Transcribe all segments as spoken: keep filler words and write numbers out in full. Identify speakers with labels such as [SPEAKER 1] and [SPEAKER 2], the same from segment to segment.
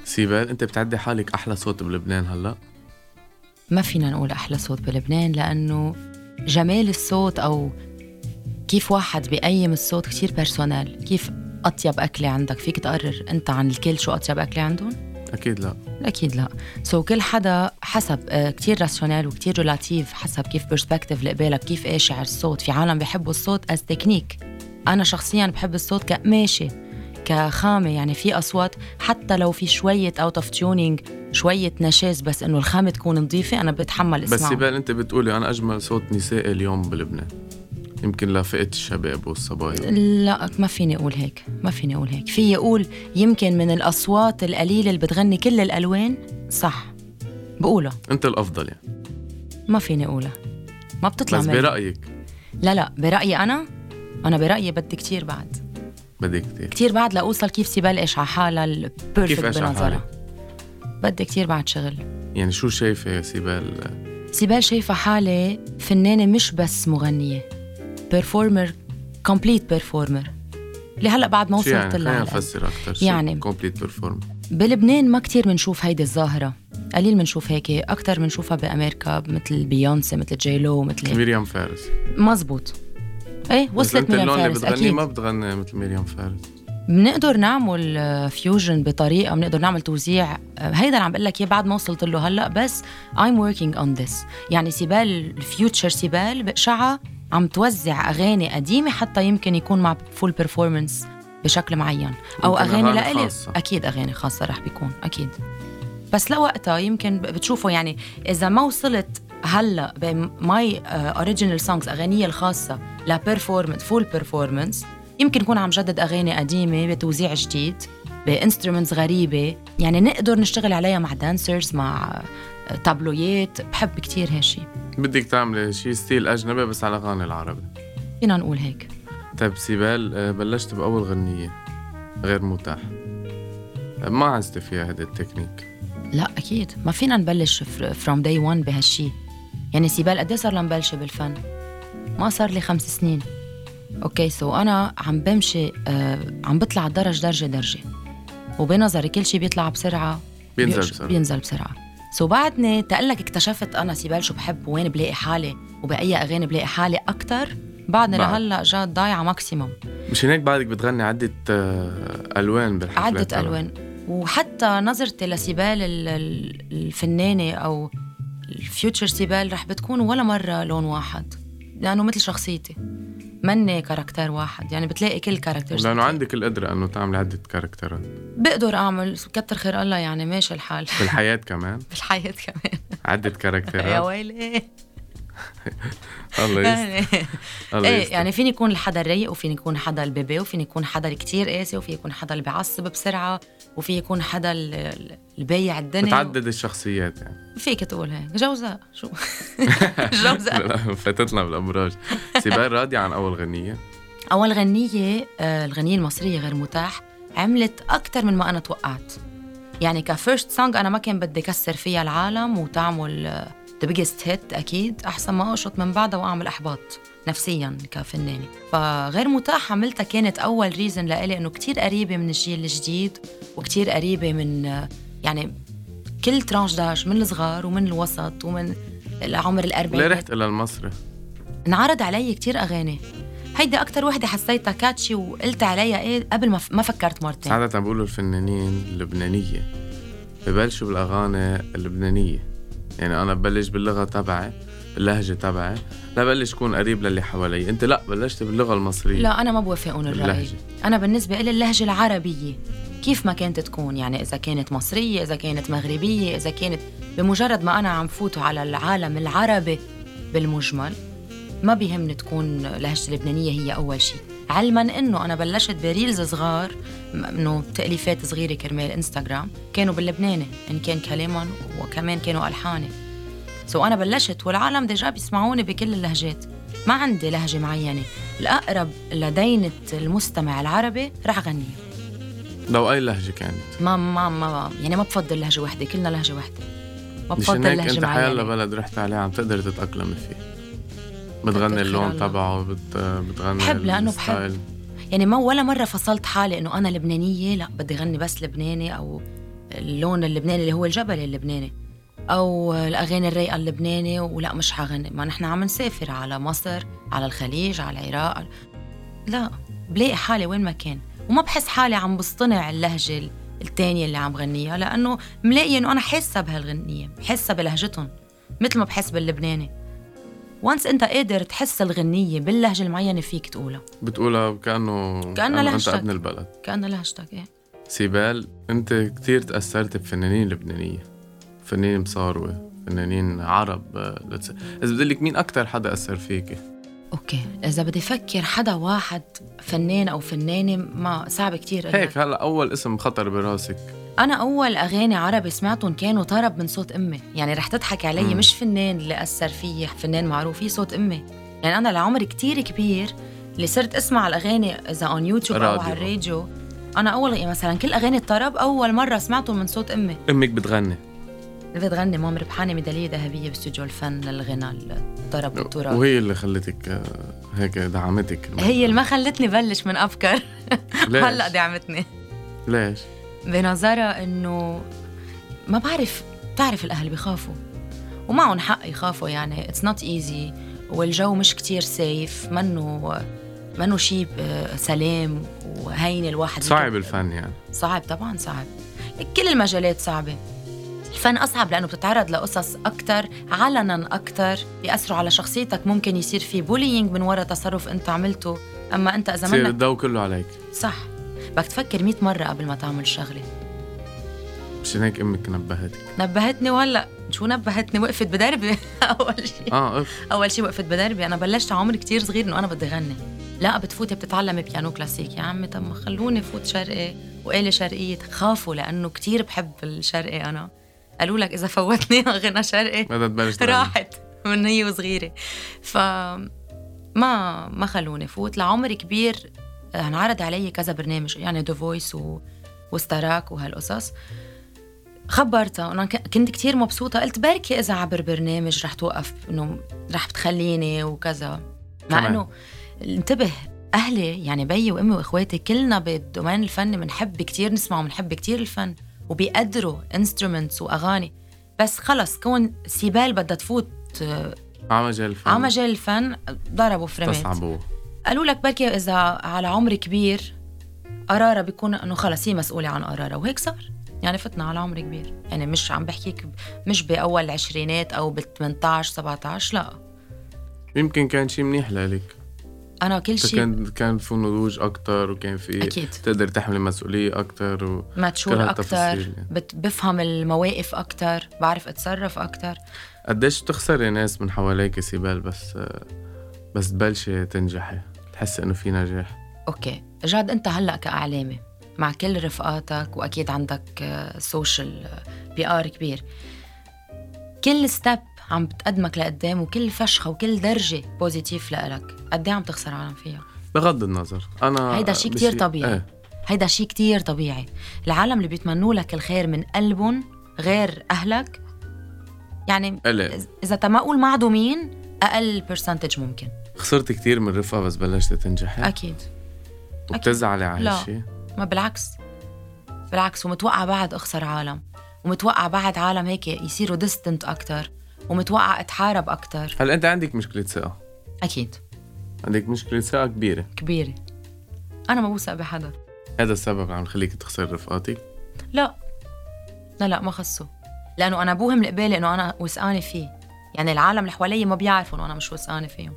[SPEAKER 1] سيبال، انت بتعدي حالك احلى صوت بلبنان هلا؟
[SPEAKER 2] ما فينا نقول أحلى صوت بلبنان، لأنه جمال الصوت أو كيف واحد بيقيم الصوت كتير بيرسونال. كيف أطيب أكلة عندك فيك تقرر أنت عن الكل شو أطيب أكلة عندهم؟
[SPEAKER 1] أكيد لا.
[SPEAKER 2] أكيد لا. سو so, كل حدا حسب آه كتير راسيونال وكتير ريلاتيف، حسب كيف برسبكتيف لقبالك، كيف قاشع الصوت. في عالم بيحبوا الصوت as تكنيك، أنا شخصياً بحب الصوت كماشي كخامة. يعني في أصوات حتى لو في شوية out of tuning، شوية نشاز، بس إنه الخامة تكون نظيفة أنا بتحمل اسمعه.
[SPEAKER 1] بس سيبال، أنت بتقولي أنا أجمل صوت نسائي اليوم بلبنان، يمكن لفئة الشباب والصبايا.
[SPEAKER 2] لا، ما فيني أقول هيك، ما فيني أقول هيك. في أقول يمكن من الأصوات القليلة اللي بتغني كل الألوان، صح بقولها.
[SPEAKER 1] أنت الأفضل يعني.
[SPEAKER 2] ما فيني أقولها، ما بتطلع
[SPEAKER 1] بس
[SPEAKER 2] مني.
[SPEAKER 1] برأيك؟
[SPEAKER 2] لا لا، برأيي أنا أنا برأيي بدي كتير بعد،
[SPEAKER 1] بدي كتير
[SPEAKER 2] كتير بعد لأوصل كيف سيبال إيش على حالها البيرفكت بنظرها. بدي كتير بعد شغل. يعني
[SPEAKER 1] شو شايفة يا سيبال؟
[SPEAKER 2] سيبال شايفة حالي فنانة مش بس مغنية، بيرفورمر، كومبليت بيرفورمر. اللي هلأ بعد ما وصلت
[SPEAKER 1] يعني
[SPEAKER 2] لها
[SPEAKER 1] خلينا نفسر أكتر.
[SPEAKER 2] يعني
[SPEAKER 1] كومبليت بيرفورمر
[SPEAKER 2] بلبنان ما كتير منشوف هيدي الظاهرة، قليل منشوف هيك. أكتر منشوفها بأمريكا مثل بيونسي، مثل جايلو، مثل
[SPEAKER 1] ميريام فارس.
[SPEAKER 2] مزبوط، ايه وصلت ميريام فارس.
[SPEAKER 1] أكيد ما بتغني مثل ميريام فارس.
[SPEAKER 2] بنقدر نعمل فيوجن بطريقة، بنقدر نعمل توزيع. هيدا اللي عم بقول لك بعد ما وصلت له هلأ، بس I'm working on this. يعني سيبال الفيوتشر، سيبال بقشعة عم توزع أغاني قديمة حتى يمكن يكون مع فول بيرفورمانس بشكل معين، أو أغاني لإلي. أكيد أغاني خاصة رح بيكون أكيد، بس لوقتها يمكن بتشوفوا. يعني إذا ما وصلت هلأ بماي أوريجينال سونجز، أغانية الخاصة لبيرفورمانس، فول بيرفورمانس، يمكن يكون عم جدد أغاني قديمة بتوزيع جديد بإنسترومنتس غريبة، يعني نقدر نشتغل عليها مع دانسرز، مع تابلويات. بحب كتير هالشي.
[SPEAKER 1] بدك تعمل شي ستيل أجنبي بس على غاني العربي،
[SPEAKER 2] فينا نقول هيك.
[SPEAKER 1] طيب سيبال، بلشت بأول غنية غير متاح، ما عزت فيها هذا التكنيك؟
[SPEAKER 2] لا أكيد ما فينا نبلش from day one بهالشي. يعني سيبال قد صار لنبلش بالفن؟ ما صار لي خمس سنين. اوكي سو انا عم بمشي، آه عم بطلع درج درجه درجه، وبنظري كل شيء بيطلع بسرعه
[SPEAKER 1] بينزل بسرعه
[SPEAKER 2] بينزل بسرعه. سو بعدني تقلك اكتشفت انا سيبال شو بحب، وين بلاقي حالي، وبأي اغاني بلاقي حالي اكتر. بعدني لهلا جات ضايعه ماكسيموم.
[SPEAKER 1] مش هيك بعدك بتغني عدة الوان بالحفلات؟
[SPEAKER 2] عدة الوان. وحتى نظرتي لسيبال الفنانه او الفيوتشر سيبال رح بتكون ولا مره لون واحد، لانه مثل شخصيتي مني كاركتر واحد. يعني بتلاقي كل كاركتر،
[SPEAKER 1] لأنه عندك القدرة أنه تعمل عدة كاركترات.
[SPEAKER 2] بقدر أعمل، كتر خير الله، يعني ماشي الحال.
[SPEAKER 1] في الحياة كمان؟
[SPEAKER 2] في الحياة كمان
[SPEAKER 1] عدة كاركترات.
[SPEAKER 2] يا ويلي.
[SPEAKER 1] الله يستر.
[SPEAKER 2] ايه يعني فيني يكون الحدا الريق، وفيني يكون حدا البيبي، وفيني يكون حدا كتير قاسي، وفي يكون حدا اللي بيعصب بسرعة، وفي يكون حدا البيع الدنيا.
[SPEAKER 1] بتعدد الشخصيات يعني.
[SPEAKER 2] فيك تقول هيك جوزاء شو. جوزاء.
[SPEAKER 1] فاتتنا بالأبراج. سيبال، راضي عن أول غنية؟
[SPEAKER 2] أول غنية آه الغنية المصرية غير متاح، عملت أكتر من ما أنا توقعت. يعني كفيرست سونج أنا ما كان بدي كسر فيها العالم وتعمل آه the biggest hit. أكيد أحسن ما أشط من بعدها وأعمل إحباط نفسياً كفنانة. فغير متاح عملتها كانت أول ريزن لإلي إنه كتير قريبة من الجيل الجديد، وكتير قريبة من آه يعني كل ترانش داج، من الصغار ومن الوسط ومن العمر الأربعين.
[SPEAKER 1] ليه رحت إلى المصري؟
[SPEAKER 2] انعرض علي كتير أغاني، هيدي أكتر وحدة حسيتها كاتشي وقلت عليها إيه قبل ما, ف... ما فكرت مرتين.
[SPEAKER 1] ساعدة بقولوا الفنانين اللبنانية ببلشوا بالأغاني اللبنانية. يعني أنا ببلش باللغة تبعي، باللهجة تبعي، لا بلش كون قريب للي حوالي. أنت لا بلشت باللغة المصرية.
[SPEAKER 2] لا أنا ما بوافقون الرأي. أنا بالنسبة إلي اللهجة العربية كيف ما كانت تكون، يعني إذا كانت مصرية، إذا كانت مغربية، إذا كانت بمجرد ما أنا عم فوت على العالم العربي بالمجمل، ما بيهمني تكون لهجة لبنانية هي أول شيء. علما إنه أنا بلشت بريلز صغار، إنه تأليفات صغيرة كرمال إنستغرام كانوا باللبناني، إن كان كلاما وكمان كانوا ألحاني. سو أنا بلشت والعالم ديجا بيسمعوني بكل اللهجات، ما عندي لهجة معينة. الأقرب لدينة المستمع العربي رح أغنيه
[SPEAKER 1] لو أي لهجة كانت.
[SPEAKER 2] ما ما ما يعني ما بفضل لهجة واحدة، كلنا لهجة واحدة. ما بفضل لهجة معينة.
[SPEAKER 1] أنت حيالله بلد رحت عليه عم تقدر تتأقلم فيه، بتغني اللون تبعه، بت... بتغني
[SPEAKER 2] بحب لأنه بحب. يعني ما ولا مرة فصلت حالي إنه أنا لبنانية، لا بدي غني بس لبناني، أو اللون اللبناني اللي هو الجبل اللبناني، أو الأغاني الرايقة اللبناني، ولا مش حغني. ما نحن عم نسافر على مصر، على الخليج، على العراق، لا بلاقي حالي وين ما كان، وما بحس حالي عم بصطنع اللهجة التانية اللي عم غنيها، لأنه ملاقي أنه أنا حاسة بهالغنية، حاسة بلهجتهم مثل ما بحس باللبناني. وانس أنت قادر تحس الغنية باللهجة المعينة فيك تقولها
[SPEAKER 1] بتقولها كأنه
[SPEAKER 2] كأنه لهجتك،
[SPEAKER 1] أنت ابن البلد،
[SPEAKER 2] كأنه لهجتك. إيه
[SPEAKER 1] سيبال، أنت كتير تأثرت بفنانين لبنانية، فنانين مصاروة، فنانين عرب. إذا بدلك مين أكتر حدا أثر فيك؟
[SPEAKER 2] أوكي، إذا بدي أفكر حدا واحد فنان أو فنانة ما صعب كتير
[SPEAKER 1] هيك. هلأ أول اسم خطر براسك؟
[SPEAKER 2] أنا أول أغاني عربي سمعتهم كانوا طرب من صوت أمي. يعني رح تضحك علي، مم. مش فنان اللي أثر فيه، فنان معروف، فيه صوت أمي. يعني أنا لعمر كتير كبير اللي صرت أسمع الأغاني إذا on يوتيوب أو على الراديو، أنا أول مثلا كل أغاني الطرب أول مرة سمعتهم من صوت أمي.
[SPEAKER 1] أمك بتغني؟
[SPEAKER 2] بتغني، مام ربحانة ميدالية ذهبية باستوديو الفن للغناء الطرب والتراث،
[SPEAKER 1] وهي اللي خلتك هيك، دعمتك.
[SPEAKER 2] هي اللي ما خلتني بلش من أفكار. هلأ دعمتني.
[SPEAKER 1] ليش؟
[SPEAKER 2] بنظرها إنه ما بعرف، تعرف الأهل بيخافوا ومعهم حق يخافوا، يعني it's not easy، والجو مش كتير سيف، منه منه شيء سلام وهين الواحد.
[SPEAKER 1] صعب الفن يعني؟ صعب
[SPEAKER 2] طبعا، صعب، كل المجالات صعبة. الفن أصعب لأنه بتتعرض لقصص أكتر علناً، أكتر بيأثروا على شخصيتك، ممكن يصير في بولينج من وراء تصرف أنت عملته. أما أنت إذا منك
[SPEAKER 1] الضوء كله عليك،
[SPEAKER 2] صح، بدك تفكر مئة مرة قبل ما تعمل شغلة.
[SPEAKER 1] مشان هيك أمك نبهتك؟
[SPEAKER 2] نبهتني، ولا شو نبهتني؟ وقفت بدربي. أول شيء
[SPEAKER 1] آه
[SPEAKER 2] أول شيء وقفت بدربي. أنا بلشت عمري كتير صغير إنه أنا بدي غني. لا بتفوتي بتتعلمي بيانو كلاسيك يا عمي، طب ما خلوني فوت شرقي وآلة شرقية. خافوا لأنه كتير بحب الشرقي. أنا قالوا لك إذا فوتني غنى شرقي راحت من هي وصغيرة. فما ما خلوني فوت. لعمر كبير انعرض علي كذا برنامج، يعني دو فويس و... وستراك وهالقصص. خبرتها وأنا كنت كتير مبسوطة، قلت بركي إذا عبر برنامج رح توقف إنه رح بتخليني وكذا. مع إنه انتبه، أهلي يعني بيي وأمي وإخواتي كلنا بالدومين الفني بنحب كتير نسمع وبنحب كتير الفن وبيقدروا instruments وأغاني، بس خلص كون سيبال بدها تفوت
[SPEAKER 1] عمجال الفن
[SPEAKER 2] عمجال الفن ضربوا فريمات،
[SPEAKER 1] تصعبوه.
[SPEAKER 2] قالوا لك بركي إذا على عمر كبير قرارة بيكون إنه خلص هي مسؤولة عن قرارة، وهيك صار. يعني فتنا على عمر كبير، يعني مش عم بحكيك مش بأول العشرينات أو بالثمانتعش سبعتعش، لا.
[SPEAKER 1] يمكن كان شيء منيح لك.
[SPEAKER 2] أنا كل شيء
[SPEAKER 1] كان كان في نضوج أكتر، وكان في
[SPEAKER 2] أكيد
[SPEAKER 1] تقدر تحمل مسؤولية أكتر و...
[SPEAKER 2] ماتشور أكتر يعني. بت... بفهم المواقف أكتر، بعرف أتصرف أكتر.
[SPEAKER 1] قديش تخسري ناس من حواليك سيبال بس بس تبلشي تنجحي، تحس إنه في نجاح؟
[SPEAKER 2] أوكي جاد، أنت هلأ كأعلامي مع كل رفقاتك، وأكيد عندك سوشيال بي آر كبير، كل ستيب عم بتقدمك لقدام، وكل فشخة وكل درجة بوزيتيف لإلك قديه عم تخسر عالم فيها.
[SPEAKER 1] بغض النظر أنا
[SPEAKER 2] هيدا شيء كتير طبيعي.
[SPEAKER 1] ايه؟
[SPEAKER 2] هيدا شيء كتير طبيعي. العالم اللي بيتمنوا لك الخير من قلبهم غير أهلك، يعني
[SPEAKER 1] ألا.
[SPEAKER 2] إذا تماقول معدومين أقل برسنتج ممكن.
[SPEAKER 1] خسرت كتير من رفقة بس بلشت تنجحي؟
[SPEAKER 2] أكيد.
[SPEAKER 1] وبتزعلي على هالشي؟
[SPEAKER 2] ما بالعكس، بالعكس، ومتوقع بعد أخسر عالم، ومتوقع بعد عالم هيك يصيروا ديستنت أكتر، ومتوقع أتحارب أكتر.
[SPEAKER 1] هل أنت عندك مشكلة ثقة؟
[SPEAKER 2] أكيد
[SPEAKER 1] عندك مشكلة ثقة كبيرة
[SPEAKER 2] كبيرة. أنا ما بوثق بحدا.
[SPEAKER 1] هذا السبب اللي عم يخليك تخسر رفقاتك؟
[SPEAKER 2] لا لا لا ما خصه، لأنه أنا بوهم القبالة إنه أنا وثقانة فيه. يعني العالم اللي حوالي ما بيعرفوا إنه أنا مش وثقانة فيهم.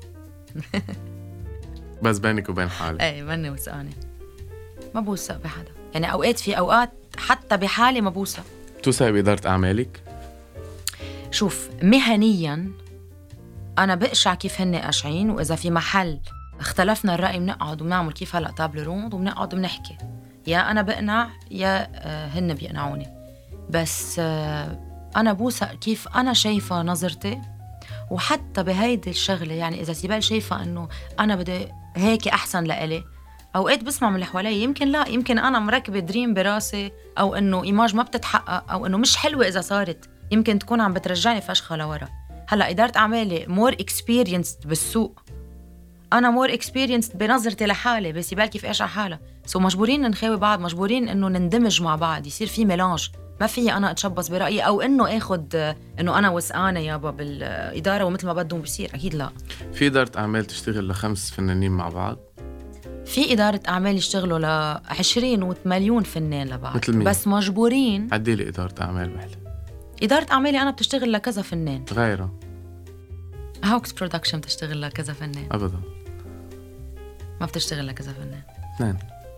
[SPEAKER 1] بس بينك وبين حالي؟
[SPEAKER 2] ايه بني وثقانة، ما بوثق بحدا. يعني أوقات في أوقات حتى بحالي ما بوثق.
[SPEAKER 1] توثق بإدارة أعمالك؟
[SPEAKER 2] شوف، مهنياً أنا بقشع كيف هن قاشعين، وإذا في محل اختلفنا الرأي بنقعد وبنعمل كيف هلأ تابل روند وبنقعد وبنحكي، يا أنا بقنع يا هن بيقنعوني. بس أنا بوثق كيف أنا شايفة نظرتي، وحتى بهيدي الشغلة يعني إذا سيبال شايفة أنه أنا بدي هيك أحسن لإلي، أوقات بسمع من اللي حوالي يمكن لا، يمكن أنا مركبة دريم براسي، أو أنه إيماج ما بتتحقق، أو أنه مش حلوة إذا صارت، يمكن تكون عم بترجعني فشخة لورا. هلأ إدارة أعمالي مور experienced بالسوق، أنا مور experienced بنظرتي لحالي، بس يبال كيف إيش على حالة. سو مجبورين نخاوي بعض، مجبورين إنه نندمج مع بعض، يصير في ميلانج ما في أنا أتشبص برأيي أو إنه أخد إنه أنا وسقانة يابا بالإدارة ومثل ما بدهم بصير. أكيد لا.
[SPEAKER 1] في إدارة أعمال تشتغل لخمس فنانين مع بعض؟
[SPEAKER 2] في إدارة أعمال يشتغلوا لعشرين ومليون فنان لبعض،
[SPEAKER 1] مثل مين؟
[SPEAKER 2] بس مجبورين.
[SPEAKER 1] عديلي إدارة أعمال بحلة.
[SPEAKER 2] إدارة أعمالي أنا بتشتغل لكذا فنان.
[SPEAKER 1] غيره
[SPEAKER 2] هاوكس برودكشن بتشتغل لكذا فنان.
[SPEAKER 1] أبدا
[SPEAKER 2] ما بتشتغل لكذا فنان.
[SPEAKER 1] اثنين.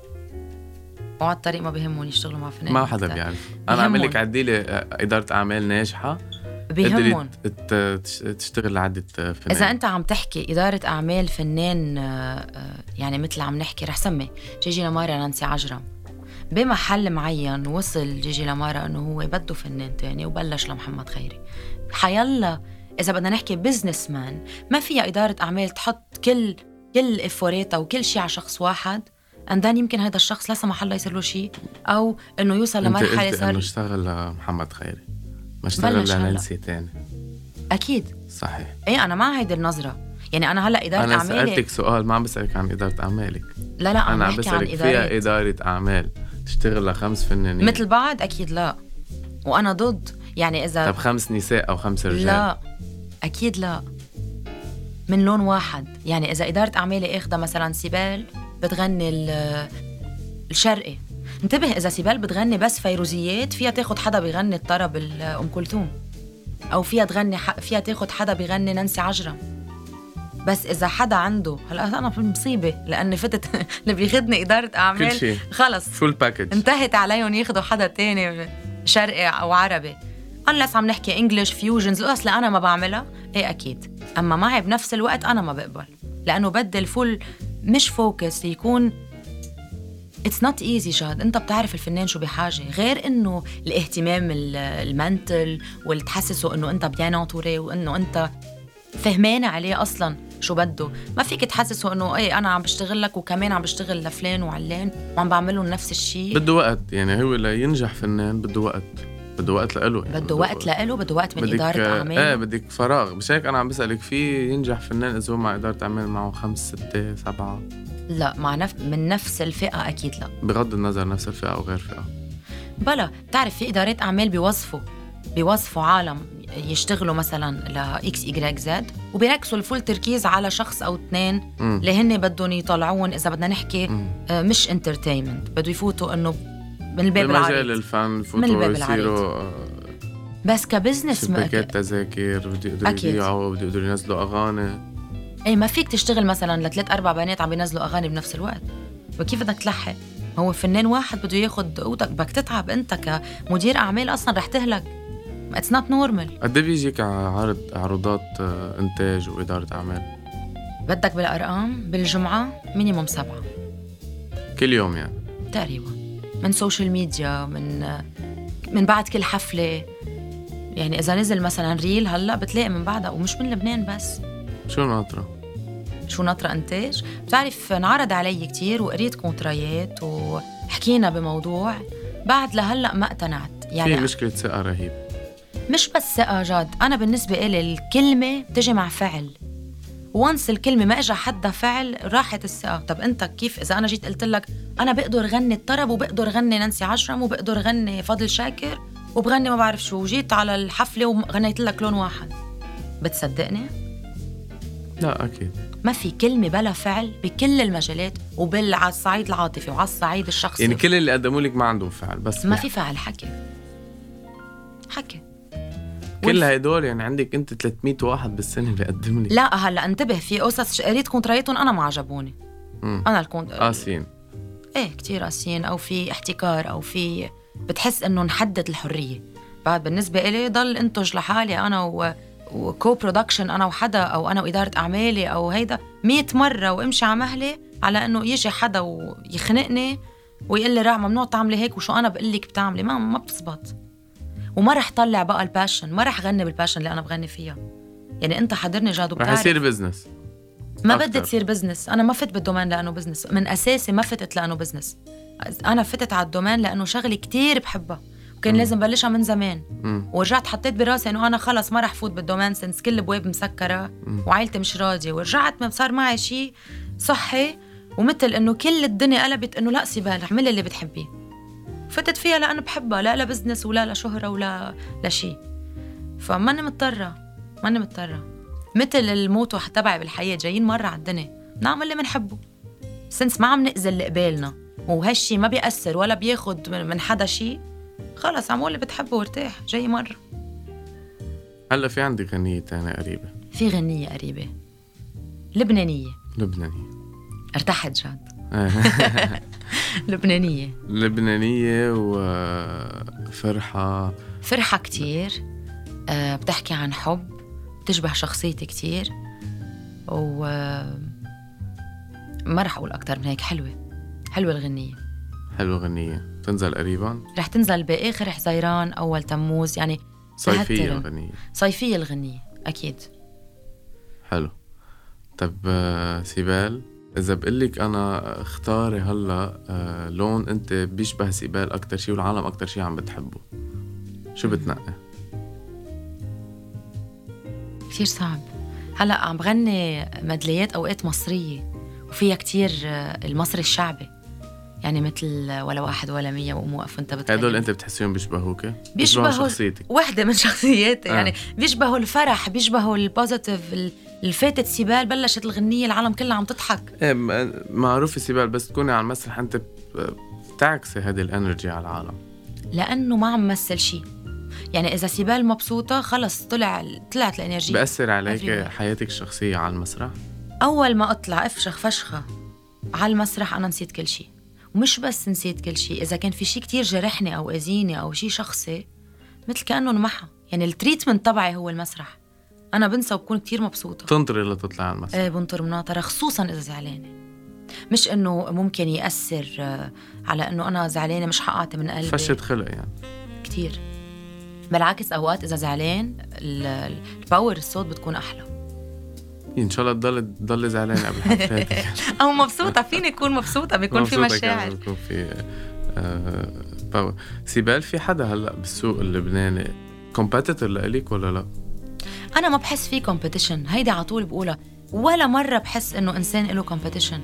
[SPEAKER 2] وعلى الطريق ما بيهمون يشتغلوا مع فنان.
[SPEAKER 1] ما حدا بيعرف. أنا أعمل لك عديلي إدارة أعمال ناجحة
[SPEAKER 2] بيهمون
[SPEAKER 1] تشتغل لعدة فنان.
[SPEAKER 2] إذا أنت عم تحكي إدارة أعمال فنان يعني مثل عم نحكي رح سمي جيجي لامارا، نانسي عجرم، بمحل معين وصل جيجي لامارا أنه هو بده فنان تاني وبلش لمحمد خيري. حيالله إذا بدنا نحكي بيزنس مان ما فيها إدارة أعمال تحط كل كل إفوريتها وكل شيء على شخص واحد أندان يمكن هذا الشخص لا سمح الله يصير له شيء أو إنه يوصل لمرحلة
[SPEAKER 1] صار إنه اشتغل لمحمد خيري ما اشتغل لنانسي تاني.
[SPEAKER 2] أكيد
[SPEAKER 1] صحيح.
[SPEAKER 2] إيه أنا مع هيدي النظرة. يعني أنا هلأ إدارة
[SPEAKER 1] أنا
[SPEAKER 2] أعمالي.
[SPEAKER 1] أنا سألتك سؤال ما عم بسألك عن إدارة أعمالك.
[SPEAKER 2] لا لا
[SPEAKER 1] أنا عم بسألك فيها إدارة أعمال تشتغل لخمس فنانين
[SPEAKER 2] مثل بعض؟ أكيد لا. وأنا ضد. يعني إذا
[SPEAKER 1] طب خمس نساء أو خمس رجال؟
[SPEAKER 2] لا أكيد لا، من لون واحد. يعني إذا إدارة أعمالي إخدة مثلا سيبال بتغني الشرقي، انتبه إذا سيبال بتغني بس فيروزيات فيها تاخد حدا بيغني الطرب أم كلثوم، أو فيها تغني فيها تاخد حدا بيغني نانسي عجرم. بس إذا حدا عنده هلا أنا في مصيبة لأن فتت اللي بيخدني إدارة أعمال خلص
[SPEAKER 1] فول باكج
[SPEAKER 2] انتهت عليهم ياخدوا حدا تاني شرقي أو عربي. unless عم نحكي English fusions القصص اللي أنا ما بعملها إيه أكيد. أما معي بنفس الوقت أنا ما بقبل لأنه بدي الفول مش فوكس يكون it's not easy. جاد أنت بتعرف الفنان شو بحاجة غير إنه الاهتمام المنتل والتحسسه إنه أنت بيان انتوري وإنه أنت فهمانة عليه أصلاً شو بده. ما فيك تحسسه إنه إيه أنا عم بشتغل لك وكمان عم بشتغل لفلان وعلان وعم بعملهم نفس الشيء.
[SPEAKER 1] بده وقت. يعني هو لا ينجح فنان بده وقت، بده وقت لإله يعني.
[SPEAKER 2] بده وقت لإله، بده وقت من إدارة أعمال.
[SPEAKER 1] إيه بدك فراغ. مش هيك أنا عم بسألك في ينجح فنان إذا هو مع إدارة أعمال معه خمس ستة سبعة؟
[SPEAKER 2] لا مع نف... من نفس الفئة أكيد لا.
[SPEAKER 1] بغض النظر نفس الفئة أو غير فئة.
[SPEAKER 2] بلا بتعرف في إدارات أعمال بيوظفوا بيوظفوا عالم يشتغلوا مثلا لإكس إيجراك زد وبيركزوا الفول تركيز على شخص أو اثنين اللي هن بدهم يطلعون. إذا بدنا نحكي آه مش انترتينمنت بده يفوتوا إنه من الباب العريض
[SPEAKER 1] بمجال الفن فوتوا يصيروا
[SPEAKER 2] بس كبزنس
[SPEAKER 1] شبكات تذاكر بدي يقدروا يبيعوا بدي يقدروا ينزلوا أغاني.
[SPEAKER 2] أي ما فيك تشتغل مثلا لثلاث أربع بنات عم بينزلوا أغاني بنفس الوقت. وكيف بدك تلحق؟ هو فنان واحد بده ياخد قوتك. بدك تتعب أنت كمدير أعمال أصلا رح تهلك. It's not normal.
[SPEAKER 1] قد ايه بيجيك عرض عروضات إنتاج وإدارة أعمال؟
[SPEAKER 2] بدك بالأرقام بالجمعة مينيموم سبعة
[SPEAKER 1] كل يوم يعني
[SPEAKER 2] تقريبا، من سوشيال ميديا من من بعد كل حفلة. يعني إذا نزل مثلا ريل هلأ بتلاقي من بعدها ومش من لبنان بس.
[SPEAKER 1] شو ناطرة؟
[SPEAKER 2] شو ناطرة إنتاج؟ بتعرف انعرض علي كتير وقريت كونترايات وحكينا بموضوع بعد لهلأ ما اقتنعت. يعني
[SPEAKER 1] في مشكلة ثقة رهيب.
[SPEAKER 2] مش بس ثقة جاد. أنا بالنسبة إلي الكلمة بتجي مع فعل. وانس الكلمة ما إجا حدا فعل راحت الثقة. طب أنت كيف إذا أنا جيت قلت لك أنا بقدر غني الطرب وبقدر غني نانسي عجرم وبقدر غني فضل شاكر وبغني ما بعرف شو، جيت على الحفلة وغنيت لك لون واحد، بتصدقني؟
[SPEAKER 1] لا أكيد
[SPEAKER 2] ما في كلمة بلا فعل بكل المجالات وبال على الصعيد العاطفي وعلى الصعيد الشخصي.
[SPEAKER 1] يعني كل اللي قدموا لك ما عندهم فعل بس
[SPEAKER 2] ما في فعل. حكي حكي
[SPEAKER 1] كل هيدول. يعني عندك انت ثلاثمية واحد بالسنه بيقدم لك.
[SPEAKER 2] لا هلا انتبه في قصص قريت كونترايتهم انا ما عجبوني. مم. انا الكونت
[SPEAKER 1] قاسيين.
[SPEAKER 2] ايه كتير قاسيين او في احتكار او في بتحس انه نحدد الحريه. بعد بالنسبه إلي ضل انتج لحالي انا و... وكو برودكشن انا وحدا او انا واداره اعمالي او هيدا مية مره وامشي على مهلي على انه يجي حدا ويخنقني ويقول لي راح ممنوع تعملي هيك وشو انا بقول لك بتعملي. ما ما بتزبط. وما رح طلع بقى الباشن. ما رح غني بالباشن اللي أنا بغني فيها. يعني أنت حضرني جاد وبتعرف
[SPEAKER 1] رح يصير بزنس.
[SPEAKER 2] ما بدي تصير بزنس. أنا ما فت بالدومين لأنه بزنس من أساسي. ما فتت لأنه بزنس. أنا فتت على الدومين لأنه شغلي كتير بحبها وكان م. لازم بلشها من زمان. م. ورجعت حطيت براسي أنه أنا خلص ما رح فوت بالدومين سنس كل بواب مسكرة م. وعائلتي مش راضية. ورجعت ما صار معي شيء صحي ومثل أنه كل الدنيا قلبت أنه لا سيبال اعملي اللي بتحبيه. فتت فيها لأنه بحبها، لا لا بزنس ولا لا شهرة ولا لا شيء. فماني مضطرة ماني مضطرة مثل الموتو تبعي بالحياة، جايين مرة على الدنيا نعمل اللي منحبه سنس ما عم نأذي اللي قبالنا، وهالشي ما بيأثر ولا بياخد من حدا شيء، خلص عمول اللي بتحبه وارتاح، جاي مرة.
[SPEAKER 1] هلا في عندي غنية تانية قريبة.
[SPEAKER 2] في غنية قريبة لبنانية.
[SPEAKER 1] لبنانية
[SPEAKER 2] ارتحت جد. لبنانية
[SPEAKER 1] لبنانية وفرحة
[SPEAKER 2] فرحة كتير. أه بتحكي عن حب، بتشبه شخصيتي كتير، و ما رح أقول أكتر من هيك. حلوة حلوة الغنية.
[SPEAKER 1] حلوة غنية. تنزل قريبا؟ رح
[SPEAKER 2] تنزل بآخر حزيران أول تموز، يعني
[SPEAKER 1] صيفية الغنية.
[SPEAKER 2] صيفية الغنية أكيد.
[SPEAKER 1] حلو. طب سيبال، إذا بقلك أنا اختاري هلأ آه لون أنت بيشبه سيبال أكتر شي والعالم أكتر شي عم بتحبه، شو بتنقي؟
[SPEAKER 2] كتير صعب. هلأ عم بغني مدليات أوقات مصرية وفيها كتير المصري الشعبي، يعني مثل ولا واحد ولا مية وقوم وقف وانت بتغني.
[SPEAKER 1] هدول أنت بتحسيهم بيشبهوك؟
[SPEAKER 2] بيشبهوا
[SPEAKER 1] شخصيتك.
[SPEAKER 2] واحدة من شخصياتي. آه. يعني
[SPEAKER 1] آه.
[SPEAKER 2] بيشبهوا الفرح، بيشبهوا البوزيتيف. الفاتت سيبال بلشت الغنية العالم كلها عم تضحك.
[SPEAKER 1] ايه معروف سيبال، بس تكوني على المسرح أنت بتعكسي هذه الانرجي على العالم،
[SPEAKER 2] لأنه ما عم مثل شيء. يعني إذا سيبال مبسوطة خلص طلع طلعت الانرجي.
[SPEAKER 1] بأثر عليك حياتك الشخصية على المسرح؟
[SPEAKER 2] أول ما أطلع أفشخ فشخة على المسرح أنا نسيت كل شيء. ومش بس نسيت كل شيء، إذا كان في شيء كتير جرحني أو أذيني أو شيء شخصي مثل كأنه انمحى. يعني التريتمنت تبعي هو المسرح. أنا بنسى وبكون كتير مبسوطة.
[SPEAKER 1] تنطري لتطلع على المسرح؟
[SPEAKER 2] إيه بنطر مناطرة، خصوصاً إذا زعلانة. مش إنه ممكن يأثر على إنه أنا زعلانة مش حقعت من قلبي.
[SPEAKER 1] فشت خلق يعني
[SPEAKER 2] كتير. بالعكس أوقات إذا زعلان الباور الصوت بتكون أحلى.
[SPEAKER 1] إن شاء الله تضل تضل زعلانة قبل حفلاتك.
[SPEAKER 2] أو مبسوطة، فيني أكون مبسوطة، بيكون في مشاعر،
[SPEAKER 1] بيكون في آه باور. سيبال، في حدا هلأ بالسوق اللبناني كومبيتيتور لإليك ولا لا؟
[SPEAKER 2] أنا ما بحس فيه كومبيتيشن، هيدي عطول بقولها. ولا مرة بحس إنه إنسان إله كومبيتيشن.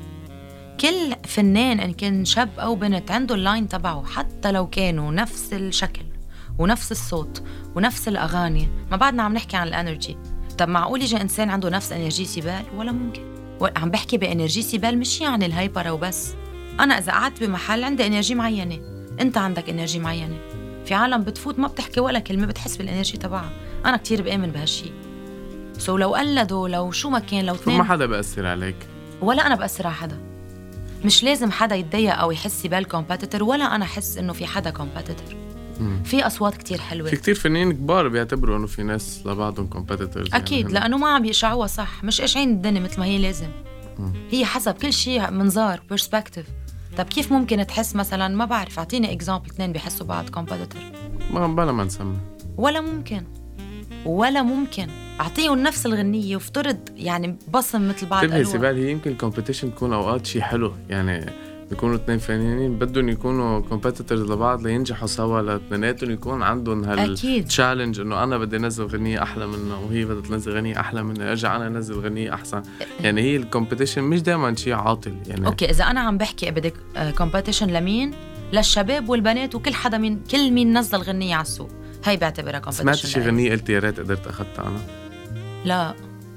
[SPEAKER 2] كل فنان إن كان شاب أو بنت عنده اللاين تبعه، حتى لو كانوا نفس الشكل ونفس الصوت ونفس الأغاني. ما بعدنا عم نحكي عن الانرجي. طب معقول يجي إنسان عنده نفس انرجي سيبال؟ ولا ممكن. عم بحكي بانرجي سيبال، مش يعني الهايبر وبس. أنا إذا قعدت بمحل عندي انرجي معينة، أنت عندك انرجي معينة. في عالم بتفوت ما بتحكي ولا كلمة بتحس بالانرجي تبعها. أنا كتير بآمن بهالشي. سو لو قلدوا، لو شو ما كان، لو اثنين،
[SPEAKER 1] ما حدا بأثر عليك
[SPEAKER 2] ولا أنا بأثر على حدا. مش لازم حدا يتضايق أو يحس سيبال كومبيتيتور، ولا أنا أحس إنه في حدا كومبيتيتور. في أصوات كتير حلوة.
[SPEAKER 1] في كتير فنانين كبار بيعتبروا إنه في ناس لبعضهم كومبيتيتورز.
[SPEAKER 2] أكيد يعني لأنه ما عم يقشعوها صح، مش قاشعين الدنيا مثل ما هي لازم. مم. هي حسب كل شيء منظار برسبكتيف. طب كيف ممكن تحس مثلا، ما بعرف، أعطيني إكزامبل اثنين بيحسوا بعض كومبيتيتور.
[SPEAKER 1] ما بلا ما نسمي.
[SPEAKER 2] ولا ممكن ولا ممكن أعطيهم نفس الغنية وافترض يعني بصم مثل بعض.
[SPEAKER 1] تبهي سيبال، هي يمكن الكومبيتيشن تكون أوقات شيء حلو، يعني بيكونوا اثنين فنانين بدهم يكونوا كومبيتيتورز لبعض لينجحوا سوا، لاثنيناتهم يكون عندهم هالتشالنج انه انا بدي انزل غنية احلى منها وهي بدها تنزل غنية احلى منها، ارجع انا انزل غنية احسن. يعني هي الكومبيتيشن مش دائما شيء عاطل يعني.
[SPEAKER 2] اوكي اذا انا عم بحكي بدك كومبيتيشن لمين؟ للشباب والبنات وكل حدا، من كل مين نزل غنية على السوق هي بعتبرها كومبيتيشن.
[SPEAKER 1] سمعت شي غنية قلت يا ريت قدرت اخذتها انا؟
[SPEAKER 2] لا،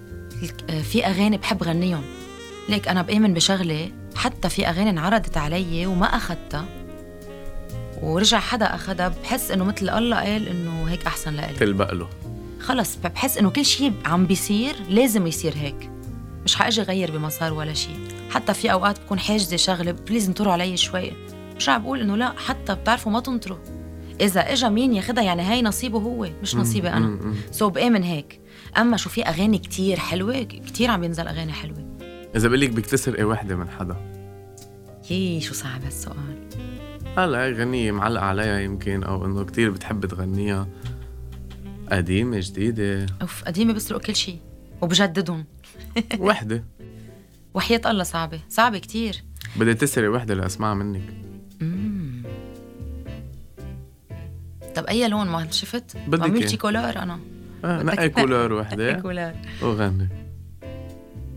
[SPEAKER 2] في اغاني بحب غنيهم. ليك انا بآمن بشغله، حتى في أغاني انعرضت علي وما أخذتها ورجع حدا أخذها، بحس إنه مثل الله قال إنه هيك أحسن لإلي،
[SPEAKER 1] تلبق له.
[SPEAKER 2] خلص بحس إنه كل شيء عم بيصير لازم يصير هيك، مش حاجي غير بمسار ولا شيء. حتى في أوقات بكون حاجزة شغلة بليز انطروا علي شوي، مش عم بقول إنه لا، حتى بتعرفوا ما تنطروا. إذا إجا مين ياخدها يعني هاي نصيبه هو، مش نصيبي أنا. سو بآمن هيك. أما شو في أغاني كتير حلوة، كتير عم بينزل أغاني حلوة.
[SPEAKER 1] إذا بقلك بكتسر إيه واحدة من حدا؟
[SPEAKER 2] يي شو صعب هالسؤال.
[SPEAKER 1] هلا غنية معلق عليها يمكن، أو إنه كتير بتحب تغنيها، قديمة جديدة؟
[SPEAKER 2] أوف قديمة بسرق كل شيء وبجددهم.
[SPEAKER 1] وحدة.
[SPEAKER 2] وحياة الله صعبة صعبة كتير.
[SPEAKER 1] بدي تسري وحدة لأسمعها منك.
[SPEAKER 2] مم. طب أي لون ما شفت؟
[SPEAKER 1] بدك
[SPEAKER 2] عملتي كولار أنا.
[SPEAKER 1] آه نقي كولار وحدة.
[SPEAKER 2] نقي كولار.
[SPEAKER 1] وغني.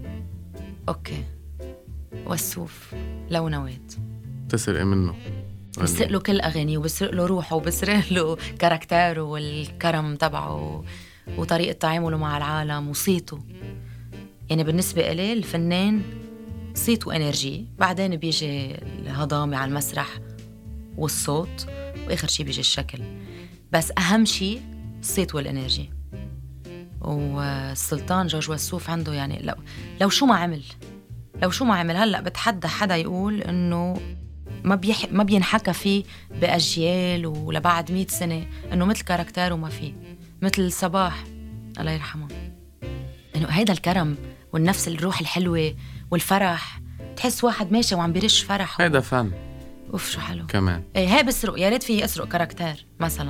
[SPEAKER 2] أوكي. والسوف لونوات.
[SPEAKER 1] تسرقي منه.
[SPEAKER 2] بسرق له كل أغانيه وبسرق له روحه وبسرق له كاركتره والكرم تبعه وطريقة تعامله مع العالم وصيته. يعني بالنسبة إلي الفنان صيت وإنرجي، بعدين بيجي الهضامة على المسرح والصوت، وآخر شي بيجي الشكل. بس أهم شي الصيت والإنرجي. والسلطان جورج وسوف عنده يعني لو, لو شو ما عمل لو شو ما عمل هلأ بتحدى حدا يقول إنه ما, بيح... ما بينحكى فيه بأجيال ولبعد مئة سنة إنه مثل كاركتره ما فيه، مثل صباح الله يرحمه. إنه هيدا الكرم والنفس الروح الحلوة والفرح، تحس واحد ماشي وعم بيرش فرح.
[SPEAKER 1] هيدا فن.
[SPEAKER 2] أوف شو حلو
[SPEAKER 1] كمان.
[SPEAKER 2] إيه هاي بسرق، يا ريت فيه أسرق كاركتر مثلا،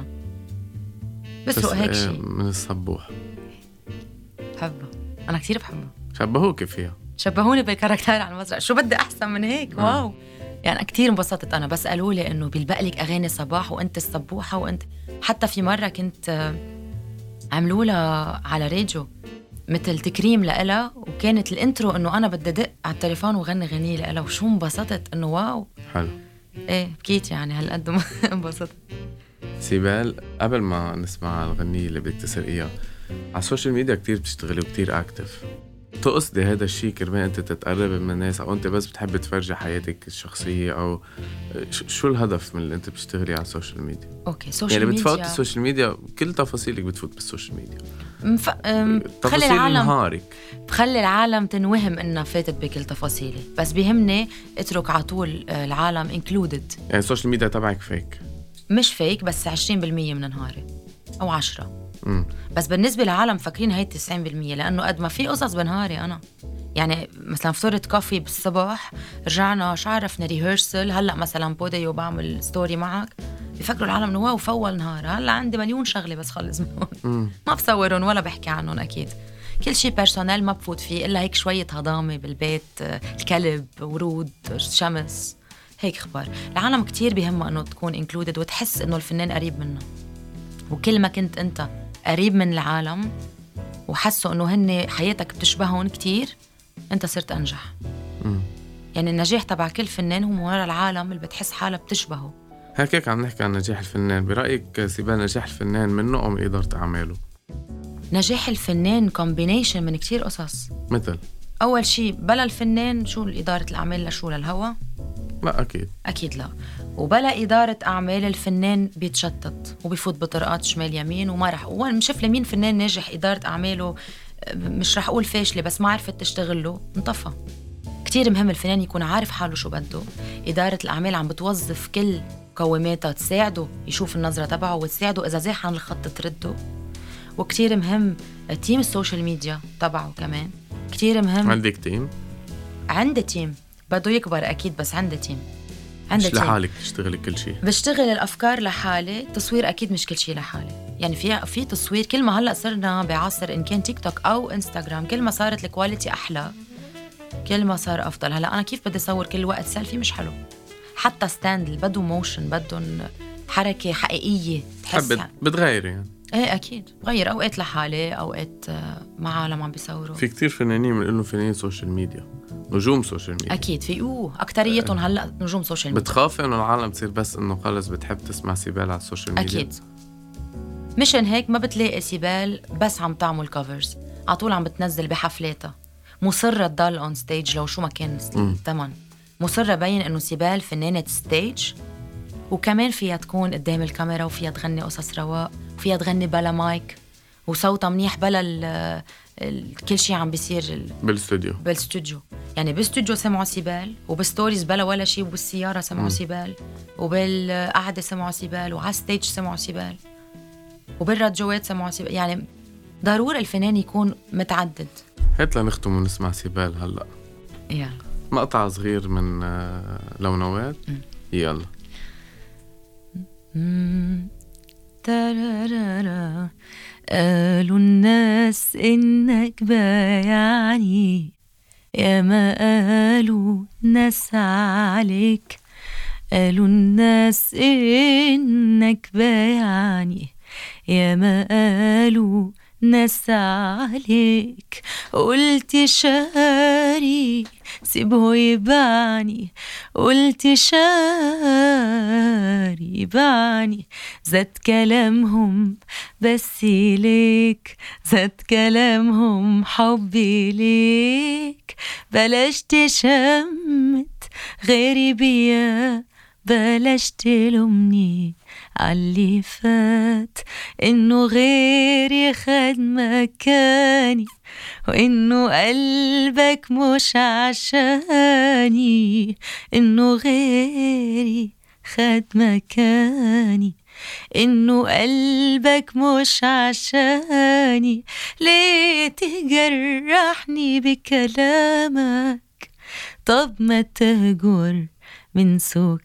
[SPEAKER 2] بسرق هيك
[SPEAKER 1] إيه
[SPEAKER 2] شيء
[SPEAKER 1] من الصبوح.
[SPEAKER 2] بحبه، أنا كتير بحبه.
[SPEAKER 1] شبهوك فيها،
[SPEAKER 2] شبهوني بالكاركتر على المسرح، شو بدي أحسن من هيك؟
[SPEAKER 1] آه.
[SPEAKER 2] واو يعني كتير انبسطت أنا. بس قالوا لي إنه بيلبقلك أغاني صباح وأنت الصبوحة، وأنت حتى في مرة كنت عملوا لها على راديو مثل تكريم لإلها، وكانت الانترو إنه أنا بدي دق على التليفون وغني غنية لإلها، وشو انبسطت إنه واو.
[SPEAKER 1] حلو.
[SPEAKER 2] إيه بكيت يعني هالقد ما انبسطت.
[SPEAKER 1] سيبال، قبل ما نسمع الغنية اللي بدك تسرقيها، على السوشيال ميديا كتير بتشتغلي وكتير أكتف. تقصدي هذا الشيء كرمال أنت تتقرب من الناس، أو أنت بس بتحب تفرجي حياتك الشخصية، أو شو الهدف من اللي أنت بتشتغلي على السوشيال ميديا؟
[SPEAKER 2] أوكي سوشيال
[SPEAKER 1] يعني
[SPEAKER 2] ميديا
[SPEAKER 1] بتفوت السوشيال ميديا كل تفاصيلك بتفوت بالسوشيال ميديا.
[SPEAKER 2] مف... أم...
[SPEAKER 1] تفاصيل نهارك،
[SPEAKER 2] بخلي العالم تنوهم إنها فاتت بكل تفاصيلي، بس بيهمني اترك على طول العالم included.
[SPEAKER 1] يعني السوشيال ميديا تبعك فيك؟
[SPEAKER 2] مش فيك، بس عشرين بالمية من نهاري أو عشرة.
[SPEAKER 1] مم.
[SPEAKER 2] بس بالنسبة للعالم فاكرين هاي تسعين بالمية، لأنه قد ما في قصص بنهاري أنا. يعني مثلا فطرت كافي بالصباح، رجعنا شو عرفنا ريهرسل، هلأ مثلا بوديو بعمل ستوري معك، بيفكروا العالم إنه واو فول نهار. هلأ عندي مليون شغلة بس خلص منهم. ما بصورهم ولا بحكي عنهم أكيد. كل شيء بيرسونال ما بفوت فيه إلا هيك شوية هضامة بالبيت، الكلب، ورود، شمس، هيك خبر. العالم كتير بيهمها إنه تكون included وتحس إنه الفنان قريب منه. وكل ما كنت أنت قريب من العالم وحسوا إنه هن حياتك بتشبههم كتير، أنت صرت أنجح.
[SPEAKER 1] مم.
[SPEAKER 2] يعني النجاح تبع كل فنان هو من وراء العالم اللي بتحس حالة بتشبهه.
[SPEAKER 1] هيك عم نحكي عن نجاح الفنان. برأيك سيبان نجاح الفنان منه أو من إدارة أعماله؟
[SPEAKER 2] نجاح الفنان كومبينيشن من كتير قصص.
[SPEAKER 1] مثل
[SPEAKER 2] أول شيء بلا الفنان شو إدارة الأعمال؟ لشو للهوا؟
[SPEAKER 1] لا أكيد
[SPEAKER 2] أكيد لا. وبلا إدارة أعمال الفنان بيتشتت وبيفوت بطرقات شمال يمين، وما رح أقول مشف لمين فنان ناجح إدارة أعماله مش رح أقول فاشلة، بس ما عرفت تشتغله انطفى. كتير مهم الفنان يكون عارف حاله شو بده. إدارة الأعمال عم بتوظف كل مقوماتها تساعده يشوف النظرة تبعه وتساعده إذا زاح عن الخط ترده. وكتير مهم تيم السوشيال ميديا تبعه كمان. كتير مهم.
[SPEAKER 1] عندك تيم؟
[SPEAKER 2] عندي تيم بده يكبر أكيد، بس عندي تيم.
[SPEAKER 1] مش لحالك تشتغلي كل شيء؟
[SPEAKER 2] بشتغل الأفكار لحالي، تصوير أكيد مش كل شيء لحالي. يعني في في تصوير، كل ما هلأ صرنا بعصر إن كان تيك توك أو إنستغرام، كل ما صارت الكواليتي أحلى، كل ما صار أفضل. هلأ أنا كيف بدي أصور كل وقت سيلفي؟ مش حلو. حتى ستاند اللي بدو موشن، بدون حركة حقيقية تحسها
[SPEAKER 1] بتغير يعني.
[SPEAKER 2] ايه اكيد بغير، اوقات لحالي، اوقات مع عالم عم بيصوروا.
[SPEAKER 1] في كتير فنانين من انه فنانين سوشيال ميديا، نجوم سوشيال ميديا.
[SPEAKER 2] اكيد في اوه اكتريتهم هلا نجوم سوشيال ميديا.
[SPEAKER 1] بتخافي انه العالم تصير بس انه خلص بتحب تسمع سيبال على السوشيال ميديا؟
[SPEAKER 2] اكيد. مشان هيك ما بتلاقي سيبال بس عم تعمل كفرز، على طول عم بتنزل بحفلاتها، مصرة تضل اون ستيج لو شو ما كان الثمن. مصرة بين انه سيبال فنانة ستيج، وكمان فيها تكون قدام الكاميرا، وفيها تغني قصص رواق، وفيها تغني بلا مايك، وصوتها منيح بلا ال ال كل شيء عم بيصير
[SPEAKER 1] بالاستوديو.
[SPEAKER 2] بالاستوديو يعني بالاستوديو سمعوا سيبال، وبالستوريز بلا ولا شيء، وبالسيارة سمعوا سيبال، وبالقعدة سمعوا سيبال، وعلى ستيج سمعوا سيبال، وبالراديوات سمعوا سيبال. يعني ضروري الفنان يكون متعدد.
[SPEAKER 1] هات لنختم ونسمع سيبال هلأ.
[SPEAKER 2] يلا
[SPEAKER 1] مقطع صغير من لونوات. يلا.
[SPEAKER 2] ترارارا قالوا الناس إنك بايعني، يا ما قالوا ناس عليك، قالوا الناس إنك بايعني، يا ما قالوا ناس عليك. قلت شاري سيبه يبعني، قلت شاري يبعني، زاد كلامهم بس ليك، زاد كلامهم حبي ليك، بلاش تشمت غيري بيا، بلاش تلومني عاللي فات، إنه غيري خد مكاني، وإنه قلبك مش عشاني، إنه غيري خد مكاني، إنه قلبك مش عشاني، ليه تجرحني بكلامك؟ طب ما تهجر من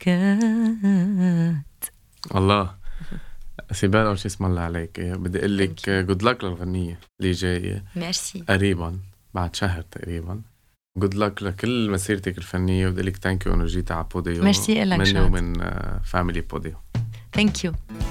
[SPEAKER 2] سكات.
[SPEAKER 1] الله سيبال، أول شي اسم الله عليك. بدي أقول لك جود لك للغنية اللي جاية
[SPEAKER 2] ميرسي
[SPEAKER 1] قريبا بعد شهر تقريبا. جود لك لكل مسيرتك الفنية، وبدي أقول لك ثانك يو إنه جيتي على بوديو.
[SPEAKER 2] ميرسي لك
[SPEAKER 1] مني
[SPEAKER 2] شاد.
[SPEAKER 1] ومن فاميلي بوديو.
[SPEAKER 2] ثانك يو.